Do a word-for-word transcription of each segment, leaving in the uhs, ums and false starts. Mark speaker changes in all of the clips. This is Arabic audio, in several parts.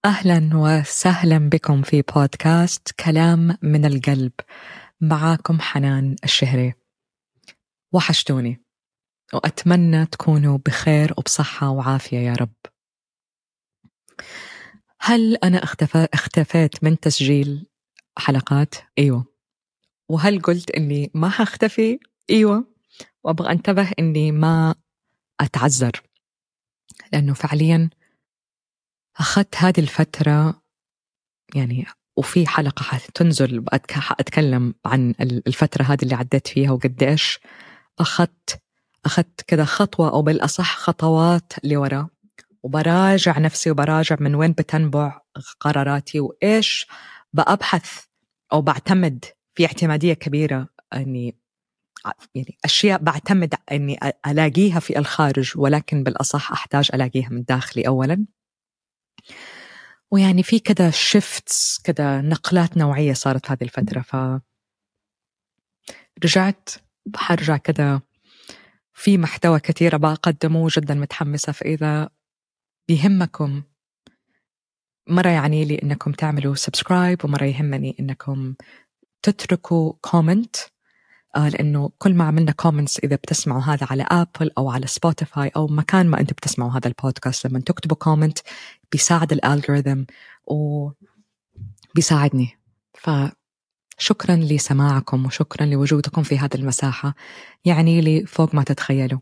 Speaker 1: أهلا وسهلا بكم في بودكاست كلام من القلب. معاكم حنان الشهري. وحشتوني وأتمنى تكونوا بخير وبصحة وعافية يا رب. هل أنا اختفى اختفيت من تسجيل حلقات؟ أيوة. وهل قلت إني ما هختفي؟ أيوة. وأبغى أنتبه إني ما أتعذر، لأنه فعليا أخذت هذه الفترة يعني، وفي حلقة حتنزل أتكلم عن الفترة هذه اللي عديت فيها وقديش أخذت أخذت كذا خطوة أو بالأصح خطوات لورا، وبراجع نفسي وبراجع من وين بتنبع قراراتي وإيش بأبحث أو بعتمد في اعتمادية كبيرة، أني يعني أشياء بعتمد أني ألاقيها في الخارج، ولكن بالأصح أحتاج ألاقيها من داخلي أولاً. ويعني في كده شيفتس كده نقلات نوعية صارت هذه الفترة، فرجعت بحرجع كده في محتوى كثير بقدمه، جدا متحمسة. فإذا بيهمكم، مرة يعني لي إنكم تعملوا سبسكرايب، ومرة يهمني إنكم تتركوا كومنت، آه لأنه كل ما عملنا كومنتس إذا بتسمعوا هذا على أبل أو على سبوتيفاي أو مكان ما أنتم بتسمعوا هذا البودكاست، لما تكتبوا كومنت بيساعد الألغوريثم وبيساعدني. فشكرا لسماعكم وشكرا لوجودكم في هذه المساحة، يعني لي فوق ما تتخيلوا.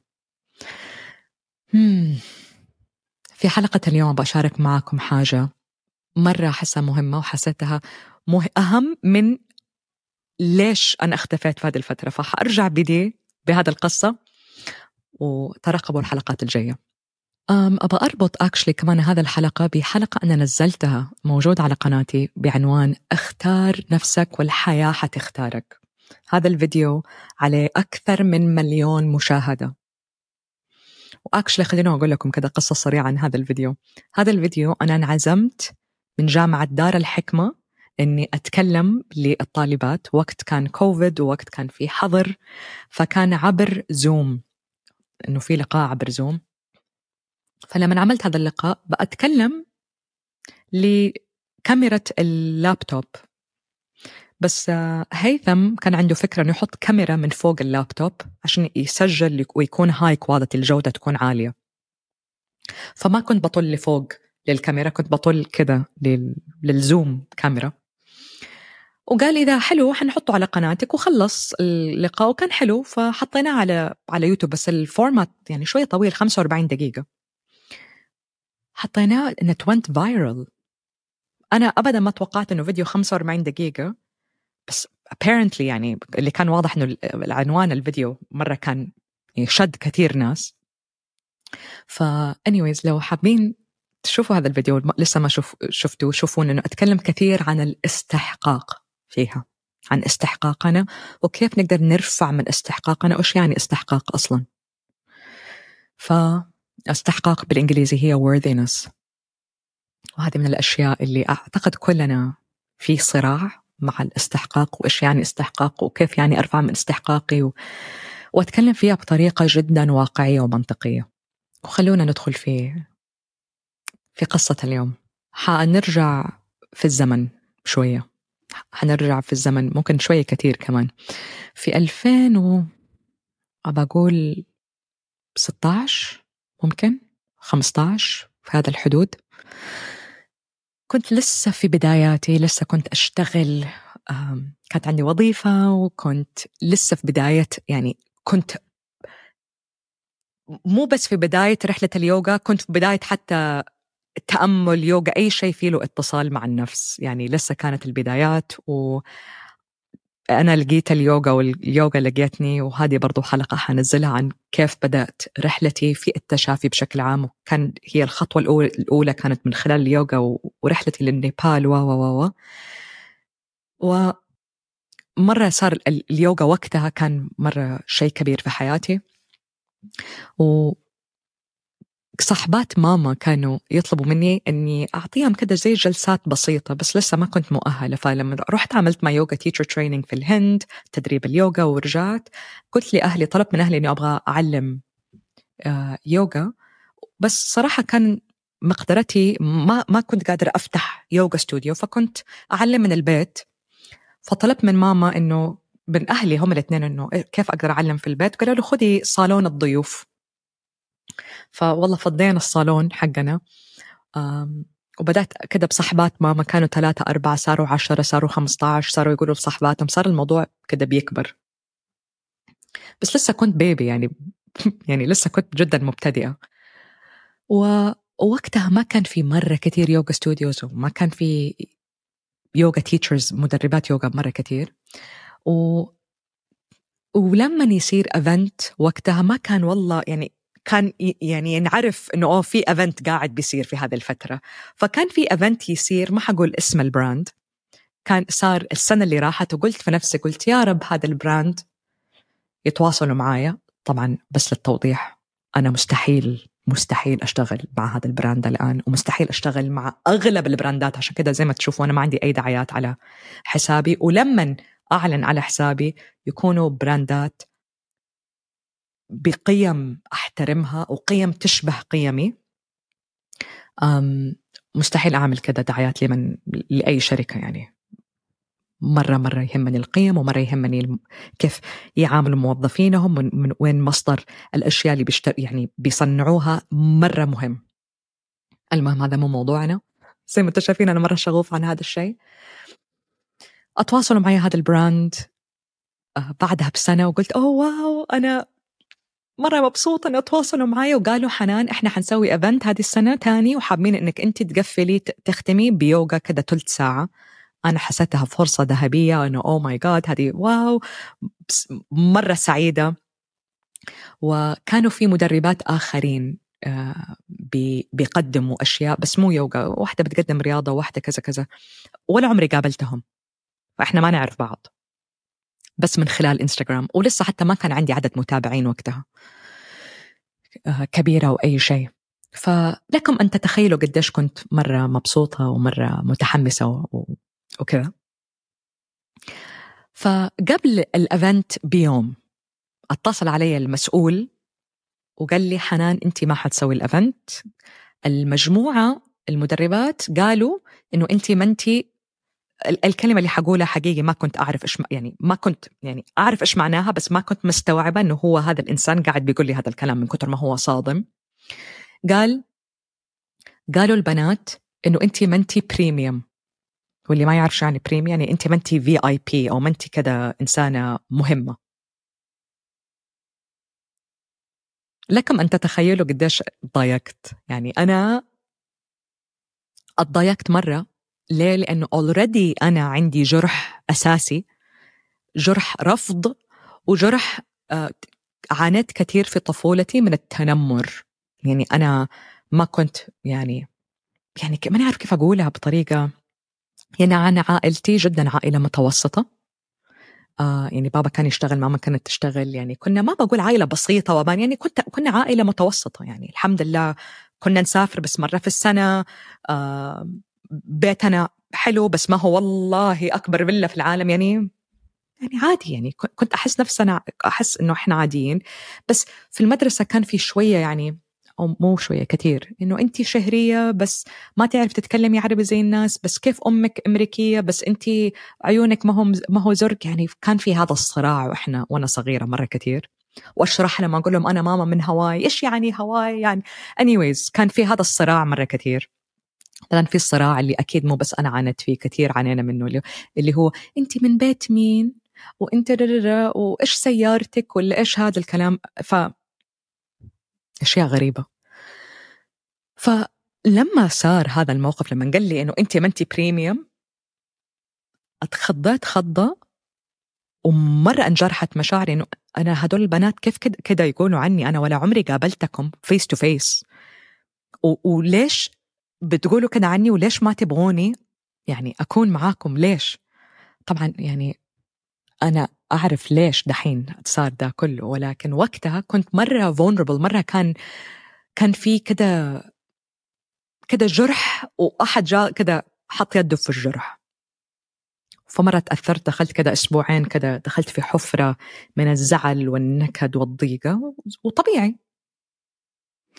Speaker 1: مم. في حلقة اليوم بشارك معكم حاجة مرة حسها مهمة، وحسيتها مه... أهم من ليش أنا اختفيت في هذه الفترة. فحأرجع بدي بهذا القصة، وترقبوا الحلقات الجاية. أم أبغى أربط أكشلي كمان هذا الحلقة بحلقة أنا نزلتها موجود على قناتي بعنوان اختار نفسك والحياة حتختارك. هذا الفيديو عليه أكثر من مليون مشاهدة. وأكشلي خلينا أقول لكم كده قصة سريعة عن هذا الفيديو. هذا الفيديو أنا انعزمت من جامعة دار الحكمة إني أتكلم للطالبات وقت كان كوفيد ووقت كان في حظر، فكان عبر زوم، إنه في لقاء عبر زوم. فلما عملت هذا اللقاء بأتكلم لكاميرا اللابتوب، بس هيثم كان عنده فكرة إنه يحط كاميرا من فوق اللابتوب عشان يسجل ويكون هاي كواليتي، الجودة تكون عالية. فما كنت بطل لفوق للكاميرا، كنت بطل كده لل... للزوم كاميرا. وقال إذا حلو حنحطه على قناتك، وخلص اللقاء وكان حلو، فحطيناه على على يوتيوب. بس الفورمات يعني شوية طويل، خمسة وأربعين دقيقة. حطيناه إنه went viral. أنا أبدا ما توقعت إنه فيديو خمسة وأربعين دقيقة، بس apparently يعني اللي كان واضح إنه العنوان الفيديو مرة كان شد كثير ناس. فا anyways لو حابين تشوفوا هذا الفيديو لسه ما شوف شفتوا شوفون إنه أتكلم كثير عن الاستحقاق فيها، عن استحقاقنا وكيف نقدر نرفع من استحقاقنا، وإيش يعني استحقاق أصلاً. فاستحقاق بالإنجليزي هي worthiness، وهذه من الأشياء اللي أعتقد كلنا في صراع مع الاستحقاق، وإيش يعني استحقاق وكيف يعني أرفع من استحقاقي و... وأتكلم فيها بطريقة جدا واقعية ومنطقية. وخلونا ندخل في في قصة اليوم. حنرجع في الزمن شوية، حنرجع في الزمن ممكن شوية كتير كمان، في ألفين و أبقول ستة عشر ممكن خمسة عشر في هذا الحدود. كنت لسه في بداياتي، لسه كنت أشتغل، كانت عندي وظيفة، وكنت لسه في بداية يعني كنت مو بس في بداية رحلة اليوغا، كنت في بداية حتى التأمل، يوغا، أي شيء فيه له اتصال مع النفس. يعني لسه كانت البدايات، وأنا لقيت اليوغا واليوغا لقيتني. وهذه برضو حلقة حنزلها عن كيف بدأت رحلتي في التشافي بشكل عام. وكان هي الخطوة الأولى, الأولى كانت من خلال اليوغا ورحلتي للنيبال و و و ومرة صار اليوغا وقتها كان مرة شيء كبير في حياتي. و صحبات ماما كانوا يطلبوا مني أني أعطيهم كده زي جلسات بسيطة، بس لسه ما كنت مؤهلة. فلما رحت عملت مع يوغا تيتشر تريننج في الهند، تدريب اليوغا، ورجعت قلت لي أهلي، طلبت من أهلي أني أبغى أعلم آه يوغا. بس صراحة كان مقدرتي ما ما كنت قادرة أفتح يوغا ستوديو، فكنت أعلم من البيت. فطلبت من ماما إنه من أهلي هم الاثنين إنه كيف أقدر أعلم في البيت، قالوا له خدي صالون الضيوف. فوالله فضينا الصالون حقنا، وبدأت كده بصحبات ماما، كانوا ثلاثة أربعة صاروا عشرة صاروا خمسة عشر، صاروا يقولوا لصحباتهم، صار الموضوع كده بيكبر. بس لسه كنت بيبي يعني يعني لسه كنت جدا مبتدئة. ووقتها ما كان في مرة كتير يوغا ستوديوز، وما كان في يوغا تيتشرز، مدربات يوغا مرة كتير. و... ولما يصير ايفنت وقتها ما كان والله يعني كان يعني نعرف انه اه في ايفنت قاعد بيصير في هذه الفترة. فكان في ايفنت يصير، ما حقول اسم البراند، كان صار السنة اللي راحت، وقلت في نفسي قلت يا رب هذا البراند يتواصلوا معايا. طبعا بس للتوضيح، أنا مستحيل مستحيل أشتغل مع هذا البراند الآن، ومستحيل أشتغل مع أغلب البراندات. عشان كده زي ما تشوفوا أنا ما عندي أي دعايات على حسابي، ولمن أعلن على حسابي يكونوا براندات بقيم أحترمها وقيم تشبه قيمي. أم مستحيل أعمل كده دعايات لمن لأي شركة. يعني مرة مرة يهمني القيم، ومرة يهمني كيف يعاملوا موظفينهم، من, من وين مصدر الأشياء اللي بيشتر يعني بيصنعوها، مرة مهم. المهم هذا مو موضوعنا، زي ما انتم شايفين أنا مرة شغوف عن هذا الشيء. أتواصلوا معي هذا البراند آه بعدها بسنة، وقلت أوه واو أنا مرة مبسوطة أن أتواصلوا معي. وقالوا حنان إحنا حنسوي إيفنت هذه السنة تاني، وحابين إنك أنت تقفلي تختمي بيوغا كده ثلث ساعة. أنا حسيتها فرصة ذهبية، أنه أوه ماي جاد هذه واو، مرة سعيدة. وكانوا في مدربات آخرين بيقدموا أشياء بس مو يوغا، واحدة بتقدم رياضة، واحدة كذا كذا، ولا عمري قابلتهم، فإحنا ما نعرف بعض بس من خلال إنستغرام. ولسه حتى ما كان عندي عدد متابعين وقتها كبيرة أو أي شيء. فلكم أن تتخيلوا قديش كنت مرة مبسوطة ومرة متحمسة وكذا. فقبل الأيفنت بيوم اتصل علي المسؤول وقال لي حنان أنت ما حتسوي الأيفنت، المجموعة المدربات قالوا إنه أنت ما أنت. الكلمة اللي حقولها حقيقي ما كنت أعرف إيش يعني ما كنت يعني أعرف إيش معناها، بس ما كنت مستوعبة إنه هو هذا الإنسان قاعد بيقول لي هذا الكلام من كتر ما هو صادم. قال قالوا البنات إنه أنت ما أنت بريميوم، واللي ما يعرف يعني بريميوم يعني أنت ما أنت في آي بي أو ما أنت كذا إنسانة مهمة. لكم أن تتخيلوا قديش ضايقت. يعني أنا اتضايقت مرة. ليه؟ لأنه already أنا عندي جرح أساسي، جرح رفض، وجرح آه عانيت كثير في طفولتي من التنمر. يعني أنا ما كنت يعني يعني ما نعرف كيف أقولها بطريقة. يعني أنا عائلتي جدا عائلة متوسطة. آه يعني بابا كان يشتغل، ماما كانت تشتغل، يعني كنا ما بقول عائلة بسيطة وبان، يعني كنت كنا عائلة متوسطة. يعني الحمد لله كنا نسافر بس مرة في السنة. آه بيتنا حلو بس ما هو والله أكبر فيلا في العالم. يعني يعني عادي، يعني كنت أحس نفسنا أحس إنه إحنا عاديين. بس في المدرسة كان في شوية يعني، أو مو شوية كتير، إنه أنتي شهرية بس ما تعرف تتكلمي عربي زي الناس، بس كيف أمك أمريكية بس أنتي عيونك ما هم ما هو زرق. يعني كان في هذا الصراع وإحنا وأنا صغيرة مرة كتير. وأشرح لما أقول لهم أنا ماما من هواي، إيش يعني هواي يعني anyways. كان في هذا الصراع مرة كتير. طبعا في الصراع اللي أكيد مو بس أنا عانت فيه، كتير عانينا منه، اللي, اللي هو أنتي من بيت مين، وأنت وإيش سيارتك، ولا إيش هذا الكلام. ف أشياء غريبة. فلما صار هذا الموقف، لما قال لي إنه أنت ما أنت بريميوم، أتخضيت خضة، ومرة انجرحت مشاعري إنه أنا هدول البنات كيف كده يقولوا عني أنا، ولا عمري قابلتكم فيس تو فيس، وليش بتقولوا كده عني، وليش ما تبغوني يعني أكون معاكم، ليش؟ طبعا يعني أنا أعرف ليش دحين صار ده كله، ولكن وقتها كنت مرة vulnerable، مرة كان كان في كده كده جرح، وأحد جاء كده حط يده في الجرح. فمرة تأثرت، دخلت كده أسبوعين كده، دخلت في حفرة من الزعل والنكد والضيقة، وطبيعي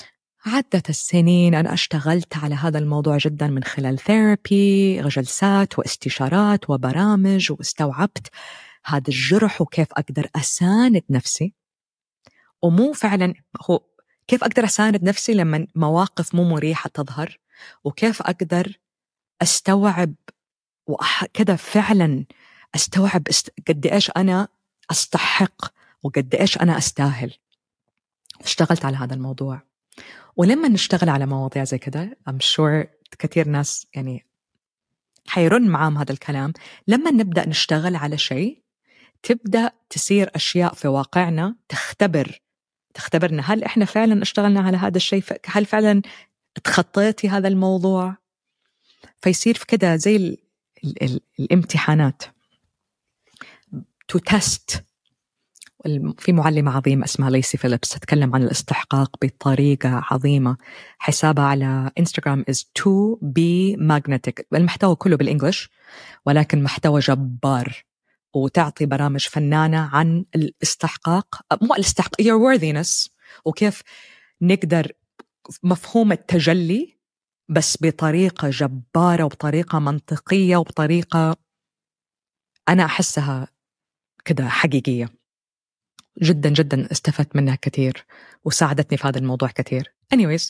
Speaker 1: عدة السنين أنا اشتغلت على هذا الموضوع جدا من خلال ثيرابي، جلسات واستشارات وبرامج، واستوعبت هذا الجرح وكيف أقدر أساند نفسي. ومو فعلا هو كيف أقدر أساند نفسي لما مواقف مو مريحة تظهر، وكيف أقدر أستوعب وكذا فعلا أستوعب است... قد إيش أنا أستحق وقد إيش أنا أستاهل. اشتغلت على هذا الموضوع. ولما نشتغل على مواضيع زي كده I'm sure كثير ناس يعني حيرن معاهم هذا الكلام، لما نبدأ نشتغل على شيء تبدأ تصير أشياء في واقعنا تختبر تختبرنا هل إحنا فعلا اشتغلنا على هذا الشيء، هل فعلا تخطيتي هذا الموضوع. فيصير في كده زي ال ال ال الامتحانات to test. في معلمة عظيمة اسمها ليسي فيليبس تتكلم عن الاستحقاق بطريقة عظيمة. حسابها على إنستغرام is to be magnetic. المحتوى كله بالإنجليش ولكن محتوى جبار، وتعطي برامج فنانة عن الاستحقاق، مو الاستحقاق your worthiness، وكيف نقدر مفهوم التجلي بس بطريقة جبارة وبطريقة منطقية وبطريقة أنا أحسها كده حقيقية. جدا جدا استفدت منها كثير وساعدتني في هذا الموضوع كثير. anyways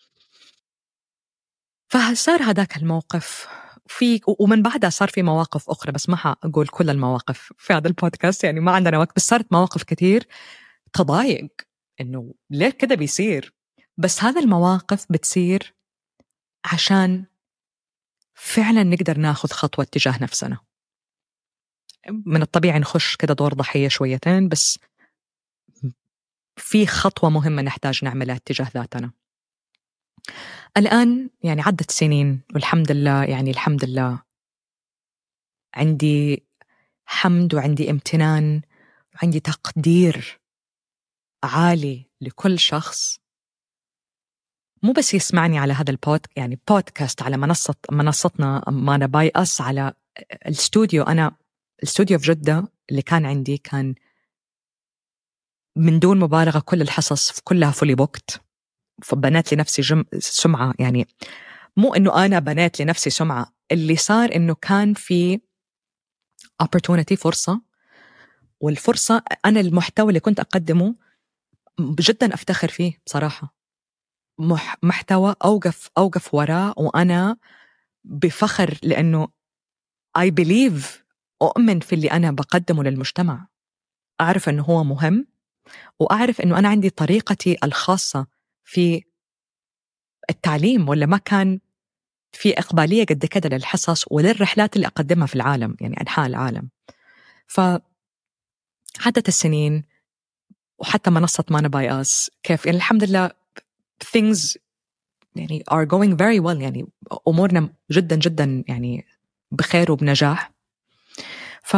Speaker 1: فصار هذاك الموقف في، ومن بعدها صار في مواقف أخرى بس ما حأقول كل المواقف في هذا البودكاست يعني ما عندنا وقت، بس صارت مواقف كثير تضايق إنه ليه كده بيصير. بس هذا المواقف بتصير عشان فعلا نقدر ناخذ خطوة تجاه نفسنا. من الطبيعي نخش كده دور ضحية شويتين، بس في خطوة مهمة نحتاج نعملها تجاه ذاتنا. الآن يعني عدت سنين والحمد لله، يعني الحمد لله عندي حمد وعندي امتنان وعندي تقدير عالي لكل شخص مو بس يسمعني على هذا البود يعني بودكاست على منصة منصتنا مانا باي أس، على الاستوديو. أنا الاستوديو في جدة اللي كان عندي كان من دون مبالغة كل الحصص كلها فولي بوكت، فبنات لنفسي جم... سمعة يعني مو إنه أنا بنات لنفسي سمعة، اللي صار إنه كان في opportunity فرصة، والفرصة أنا المحتوى اللي كنت أقدمه جدا أفتخر فيه بصراحة. مح... محتوى أوقف أوقف وراه وأنا بفخر، لأنه I believe أؤمن في اللي أنا بقدمه للمجتمع. أعرف أنه هو مهم، وأعرف أنه أنا عندي طريقتي الخاصة في التعليم، ولا ما كان في إقبالية قد كده للحصص وللرحلات اللي أقدمها في العالم يعني أنحاء العالم. فعدت السنين وحتى منصة مانا باي أس كيف يعني الحمد لله things يعني are going very well، يعني أمورنا جدا جدا يعني بخير وبنجاح. ف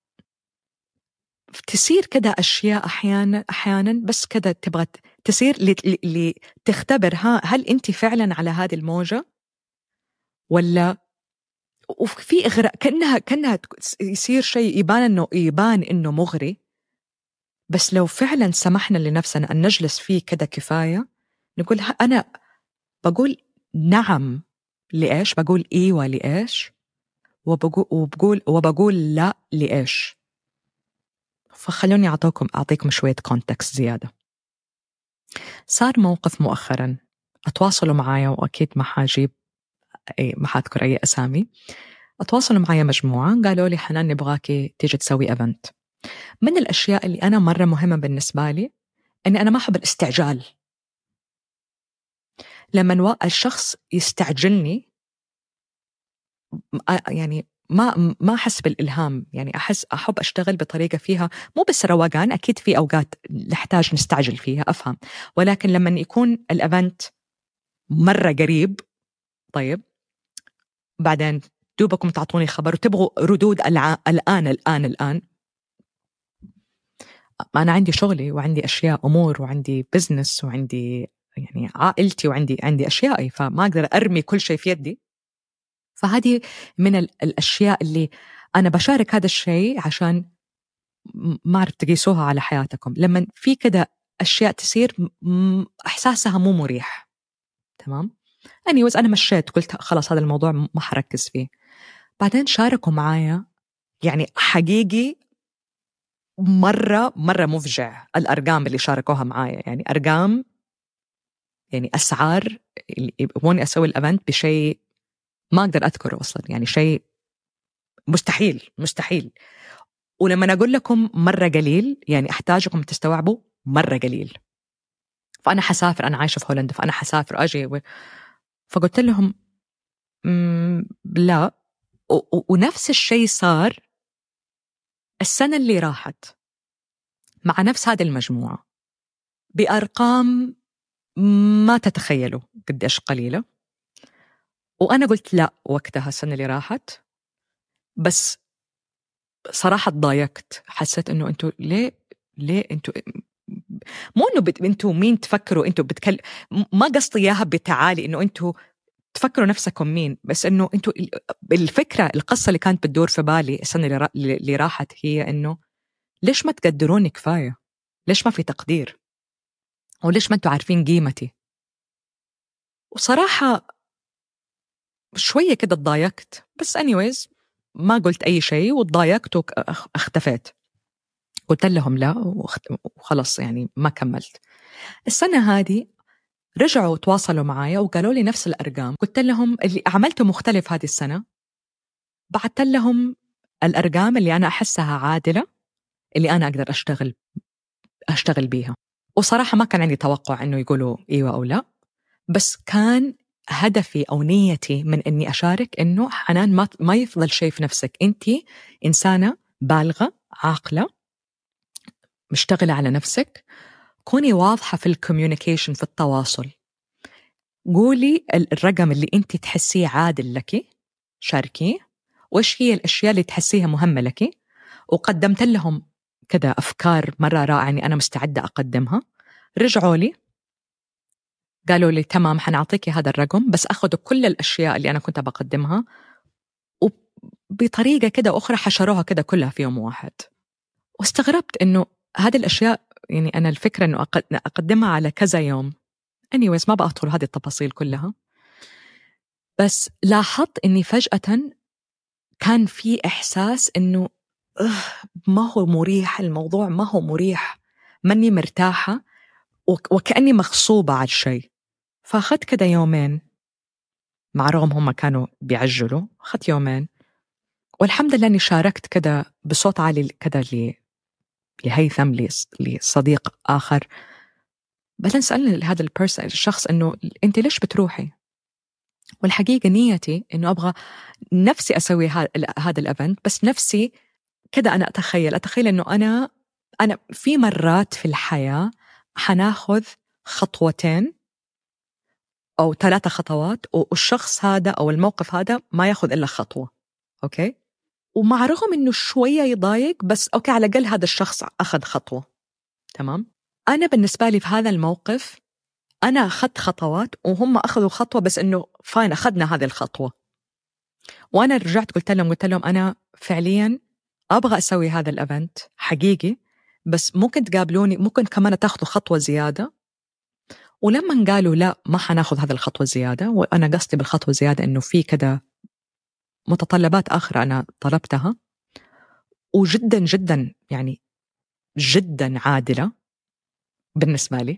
Speaker 1: تصير كده أشياء أحيانا أحيانا بس كده تبغى تصير لتختبر ها هل أنت فعلا على هذه الموجة ولا. وفي إغراء كأنها كأنها يصير شيء يبان إنه يبان إنه مغري، بس لو فعلا سمحنا لنفسنا أن نجلس فيه كده كفاية نقول أنا بقول نعم لإيش، بقول إيوة لإيش، وبقول وبقول وبقول لا لإيش. فخلوني أعطيكم أعطيكم شوية كونتكست زيادة. صار موقف مؤخرا أتواصلوا معايا، وأكيد ما حاجيب أي ما حذكر أي أسامي، أتواصلوا معايا مجموعة قالوا لي حنان نبغاكي تيجي تسوي إيفنت. من الأشياء اللي أنا مرة مهمة بالنسبة لي أني أنا ما أحب الاستعجال. لما الشخص يستعجلني يعني ما ما أحس بالإلهام، يعني أحس أحب أشتغل بطريقة فيها مو بس روقان، أكيد في أوقات نحتاج نستعجل فيها أفهم، ولكن لما يكون الإيفنت مرة قريب طيب بعدين دوبكم تعطوني خبر وتبغوا ردود الع... الآن الآن الآن أنا عندي شغلي وعندي أشياء أمور وعندي بزنس وعندي يعني عائلتي وعندي عندي أشيائي، فما أقدر أرمي كل شيء في يدي. فهذه من الأشياء اللي أنا بشارك هذا الشيء عشان ما أعرف تقيسوها على حياتكم. لما في كده أشياء تصير إحساسها مو مريح، تمام. أني وز أنا مشيت قلت خلاص هذا الموضوع ما حركز فيه. بعدين شاركوا معايا يعني حقيقي مرة مرة مفجع الأرقام اللي شاركوها معايا، يعني أرقام يعني أسعار اللي يبغوني أسوي الأفنت بشيء ما أقدر أذكره أصلا، يعني شيء مستحيل مستحيل. ولما أقول لكم مرة قليل يعني أحتاجكم تستوعبوا مرة قليل. فأنا حسافر، أنا عايشة في هولندا، فأنا حسافر أجي و... فقلت لهم لا. و... و... ونفس الشيء صار السنة اللي راحت مع نفس هذه المجموعة بأرقام ما تتخيلوا قديش قليلة. وأنا قلت لا وقتها السنة اللي راحت، بس صراحة ضايقت، حسيت إنه أنتوا ليه ليه أنتوا مو إنه بت... أنتوا مين تفكروا أنتوا بتكلم، ما قصدي إياها بتعالي إنه أنتوا تفكروا نفسكم مين، بس إنه أنتوا الفكرة القصة اللي كانت بتدور في بالي السنة اللي, را... اللي راحت هي إنه ليش ما تقدروني كفاية؟ ليش ما في تقدير؟ وليش ما أنتوا عارفين قيمتي؟ وصراحة شوية كده تضايقت، بس anyways ما قلت أي شيء وتضايقت واختفيت. قلت لهم لا وخلص يعني ما كملت. السنة هذه رجعوا تواصلوا معايا وقالوا لي نفس الأرقام. قلت لهم اللي عملته مختلف هذه السنة، بعت لهم الأرقام اللي أنا أحسها عادلة اللي أنا أقدر أشتغل أشتغل بيها. وصراحة ما كان عندي توقع إنه يقولوا إيوة أو لا، بس كان هدفي أو نيتي من إني أشارك إنه حنان ما ما يفضل شيء في نفسك، أنتي إنسانة بالغة عاقلة مشتغلة على نفسك، كوني واضحة في الكوميونيكيشن في التواصل، قولي الرقم اللي أنتي تحسيه عادل لك شاركيه، وإيش هي الأشياء اللي تحسيها مهمة لك. وقدمت لهم كذا أفكار مرة رائعة يعني أنا مستعدة أقدمها. رجعوا لي قالوا لي تمام حنعطيكي هذا الرقم، بس أخذوا كل الأشياء اللي أنا كنت بقدمها وبطريقة كده أخرى حشروها كده كلها في يوم واحد. واستغربت إنه هذه الأشياء يعني أنا الفكرة إنه أقدمها على كذا يوم. anyways ما بأطول هذه التفاصيل كلها، بس لاحظت إني فجأة كان في إحساس إنه ما هو مريح، الموضوع ما هو مريح، ماني مرتاحة وكأني مغصوبة على الشيء. فأخذت كده يومين، مع رغم هم كانوا بيعجلوا، أخذت يومين والحمد لله أني شاركت كده بصوت عالي كده لي لهيثم لصديق آخر. بعدين سألني هذا البرسن الشخص إنه أنت ليش بتروحي؟ والحقيقة نيتي إنه أبغى نفسي أسوي هذا الإيفنت، بس نفسي كده أنا أتخيل أتخيل إنه أنا أنا في مرات في الحياة حناخذ خطوتين أو ثلاثة خطوات والشخص هذا أو الموقف هذا ما ياخذ إلا خطوة. أوكي، ومع رغم إنه شوية يضايق بس أوكي على الأقل هذا الشخص أخذ خطوة. تمام. أنا بالنسبة لي في هذا الموقف أنا أخذت خطوات وهم أخذوا خطوة، بس إنه فاين أخذنا هذه الخطوة. وأنا رجعت قلت لهم قلت لهم أنا فعليا أبغى أسوي هذا الإيفنت حقيقي، بس ممكن تقابلوني، ممكن كمان تاخذوا خطوة زيادة. ولما قالوا لا ما حناخذ هذا الخطوة زيادة، وأنا قصدي بالخطوة زيادة إنه في كده متطلبات آخرى أنا طلبتها وجدا جدا يعني جدا عادلة بالنسبة لي،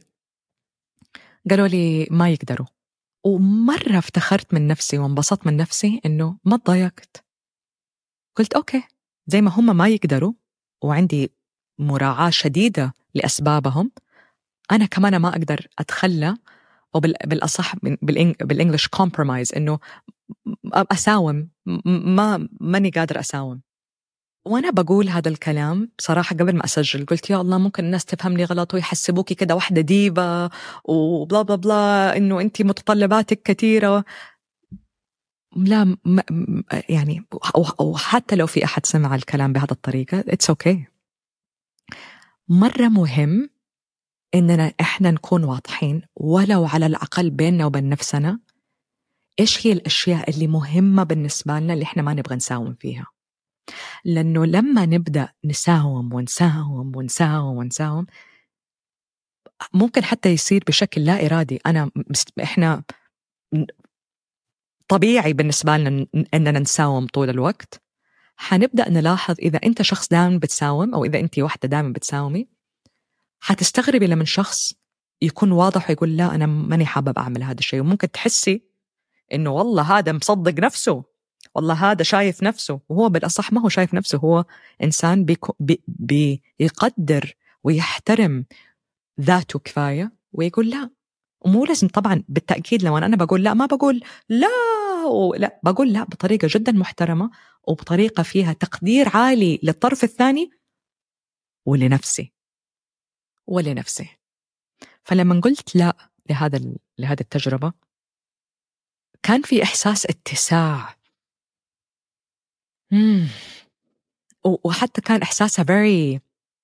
Speaker 1: قالوا لي ما يقدروا. ومرة افتخرت من نفسي وانبسطت من نفسي إنه ما تضايقت. قلت أوكي زي ما هم ما يقدروا وعندي مراعاة شديدة لأسبابهم، أنا كمان ما أقدر أتخلى، وبالأصح بالإنجليش compromise، إنه أساوم، ما ماني قادر أساوم. وأنا بقول هذا الكلام بصراحة قبل ما أسجل قلت يا الله ممكن الناس تفهمني غلط ويحسبوكي كده واحدة ديبة وبلا بلا بلا إنه أنتي متطلباتك كثيرة. لا يعني، وحتى لو في أحد سمع الكلام بهذا الطريقة it's okay. مرة مهم إننا إحنا نكون واضحين ولو على الأقل بيننا وبين نفسنا إيش هي الأشياء اللي مهمة بالنسبة لنا اللي إحنا ما نبغى نساوم فيها. لأنه لما نبدأ نساوم ونساوم ونساوم ونساوم ممكن حتى يصير بشكل لا إرادي. أنا إحنا طبيعي بالنسبة لنا أننا نساوم طول الوقت، حنبدأ نلاحظ إذا أنت شخص دائما بتساوم أو إذا أنت واحدة دائما بتساومي، حتستغربي لمن شخص يكون واضح ويقول لا أنا ماني حابب أعمل هذا الشيء. وممكن تحسي إنه والله هذا مصدق نفسه، والله هذا شايف نفسه، وهو بالأصح ما هو شايف نفسه، هو إنسان بيكو بي بيقدر ويحترم ذاته كفاية ويقول لا. ومو لازم طبعا بالتأكيد لو أنا بقول لا ما بقول لا لا، بقول لا بطريقة جدا محترمة وبطريقة فيها تقدير عالي للطرف الثاني ولنفسي ولنفسي. فلما قلت لا لهذا لهذه التجربة كان في إحساس اتساع، مم. وحتى كان إحساسها very،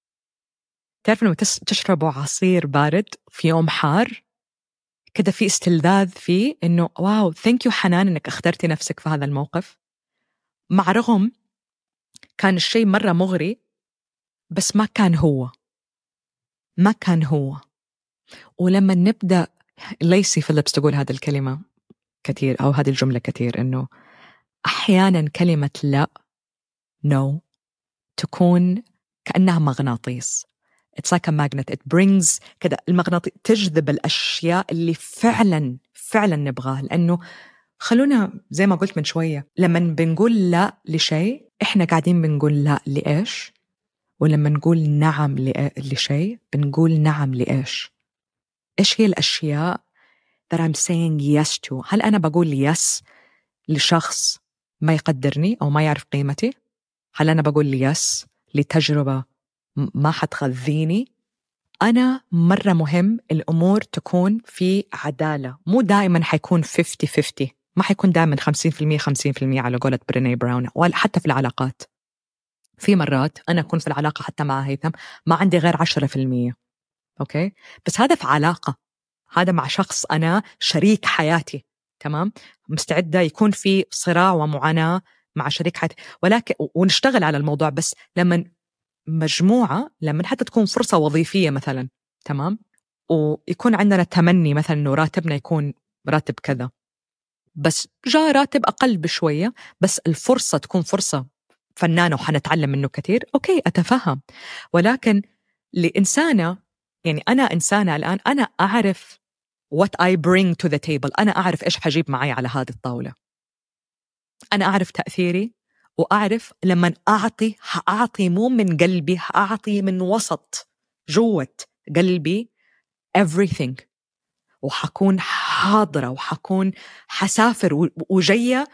Speaker 1: تعرف لما تشربوا عصير بارد في يوم حار كده في استلذاذ فيه، إنه واو ثانك يو حنان إنك اخترتي نفسك في هذا الموقف. مع رغم كان الشيء مرة مغري، بس ما كان هو ما كان هو. ولما نبدأ، ليسي فيليبس تقول هذه الكلمة كثير أو هذه الجملة كثير، إنه أحيانا كلمة لا no تكون كأنها مغناطيس. It's like a magnet. It brings كده المغناطيس، تجذب الأشياء اللي فعلا فعلا نبغاها. لأنه خلونا زي ما قلت من شوية، لما بنقول لا لشيء إحنا قاعدين بنقول لا لإيش، ولما نقول نعم لشيء بنقول نعم لإيش. إيش هي الأشياء that I'm saying yes to؟ هل أنا بقول yes لشخص ما يقدرني أو ما يعرف قيمتي؟ هل أنا بقول yes لتجربة ما حتغذيني؟ أنا مرة مهم الأمور تكون في عدالة، مو دائما حيكون fifty fifty، ما حيكون دائما خمسين في المية خمسين في المية على قولة بريني براون. ولا حتى في العلاقات، في مرات أنا أكون في العلاقة حتى مع هيثم ما عندي غير عشرة في المية، أوكي، بس هذا في علاقة، هذا مع شخص أنا شريك حياتي، تمام، مستعدة يكون في صراع ومعاناة مع شريك حياتي، ولكن ونشتغل على الموضوع. بس لما مجموعة، لما حتى تكون فرصة وظيفية مثلا، تمام، ويكون عندنا تمني مثلا إنه راتبنا يكون راتب كذا، بس جاء راتب أقل بشوية، بس الفرصة تكون فرصة فنانة وحنتعلم منه كثير، أوكي أتفهم. ولكن لإنسانة، يعني أنا إنسانة الآن، أنا أعرف what I bring to the table، أنا أعرف إيش حجيب معي على هذه الطاولة، أنا أعرف تأثيري، وأعرف لما أعطي أعطي مو من قلبي، أعطي من وسط جوة قلبي everything، وحكون حاضرة وحكون حسافر وجاية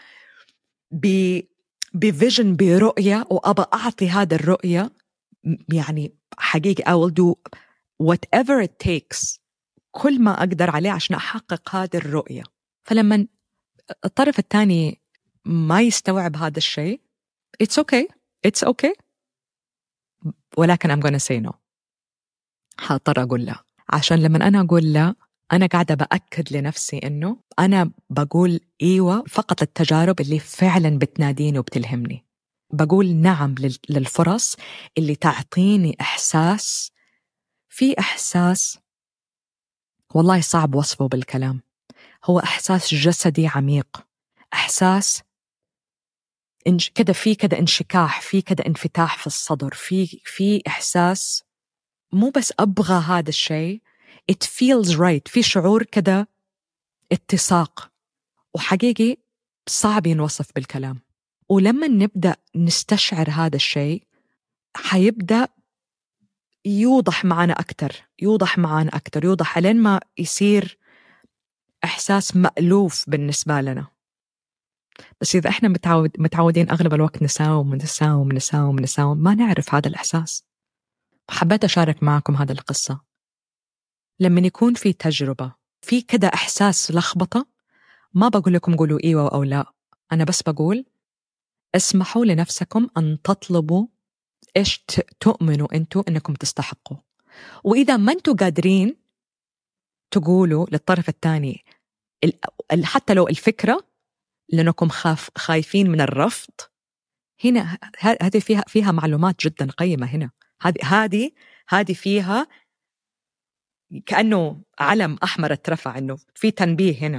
Speaker 1: بفيجن، برؤية، وأبى أعطي هذا الرؤية. يعني حقيقي I will do whatever it takes، كل ما أقدر عليه عشان أحقق هذه الرؤية. فلما الطرف الثاني ما يستوعب هذا الشيء it's okay it's okay، ولكن I'm gonna say no، حاضر أقول لا. عشان لما أنا أقول لا أنا قاعدة بأكد لنفسي إنه أنا بقول إيوة فقط التجارب اللي فعلا بتناديني وبتلهمني، بقول نعم للفرص اللي تعطيني إحساس، في إحساس والله صعب وصفه بالكلام، هو إحساس جسدي عميق، إحساس إنش كده، في كده انشكاح، في كده انفتاح في الصدر، في في إحساس مو بس أبغى هذا الشيء، it feels right، في شعور كده اتساق، وحقيقي صعب ينوصف بالكلام. ولما نبدأ نستشعر هذا الشيء حيبدأ يوضح معنا أكتر، يوضح معنا أكتر، يوضح لين ما يصير إحساس مألوف بالنسبة لنا. بس إذا إحنا متعود متعودين أغلب الوقت نساوم نساوم نساوم نساوم ما نعرف هذا الإحساس. حبيت أشارك معكم هذا القصة. لما يكون في تجربة في كده إحساس لخبطة، ما بقول لكم قولوا إيوة أو لا، أنا بس بقول اسمحوا لنفسكم أن تطلبوا إيش تؤمنوا أنتوا أنكم تستحقوا. وإذا ما أنتوا قادرين تقولوا للطرف الثاني حتى لو الفكرة لأنكم خاف خايفين من الرفض، هنا هذه فيها فيها معلومات جدا قيمة. هنا هذه هذه هذه فيها كأنه علم أحمر اترفع، إنه في تنبيه هنا.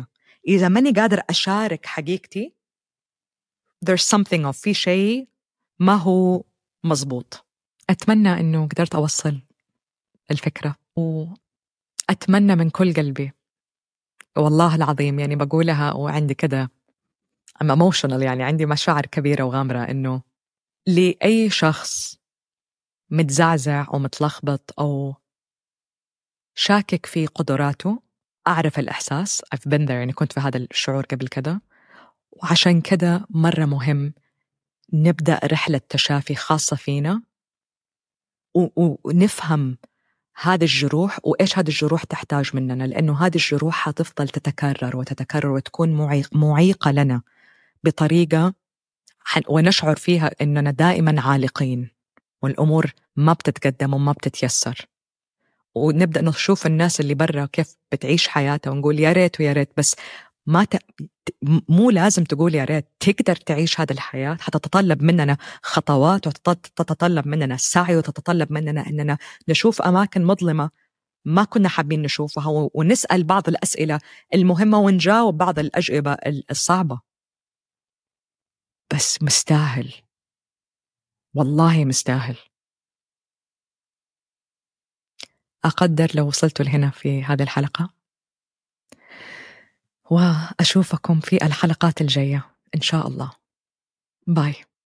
Speaker 1: إذا ماني قادر أشارك حقيقتي there's something of في شيء ما هو مزبوط. أتمنى إنه قدرت أوصل الفكرة، وأتمنى من كل قلبي والله العظيم، يعني بقولها وعندي كده I'm emotional، يعني عندي مشاعر كبيرة وغامرة، إنه لأي شخص متزعزع أو متلخبط أو شاكك في قدراته، أعرف الإحساس I've been there، يعني كنت في هذا الشعور قبل كده. وعشان كده مرة مهم نبدأ رحلة تشافي خاصة فينا، ونفهم هذه الجروح وإيش هذه الجروح تحتاج مننا، لأنه هذه الجروح حتفضل تتكرر وتتكرر وتكون معيقة لنا بطريقة ونشعر فيها أننا دائما عالقين والأمور ما بتتقدم وما بتتيسر. ونبدأ نشوف الناس اللي برا كيف بتعيش حياتها ونقول يا ريت ويا ريت، بس ما ت... مو لازم تقول يا ريت، تقدر تعيش هذه الحياة. حتتطلب مننا خطوات وتتطلب مننا سعي وتتطلب مننا أننا نشوف أماكن مظلمة ما كنا حابين نشوفها، ونسأل بعض الأسئلة المهمة ونجاوب بعض الأجوبة الصعبة. بس مستاهل، والله مستاهل. أقدر لو وصلتوا لهنا في هذه الحلقة، وأشوفكم في الحلقات الجاية إن شاء الله. باي.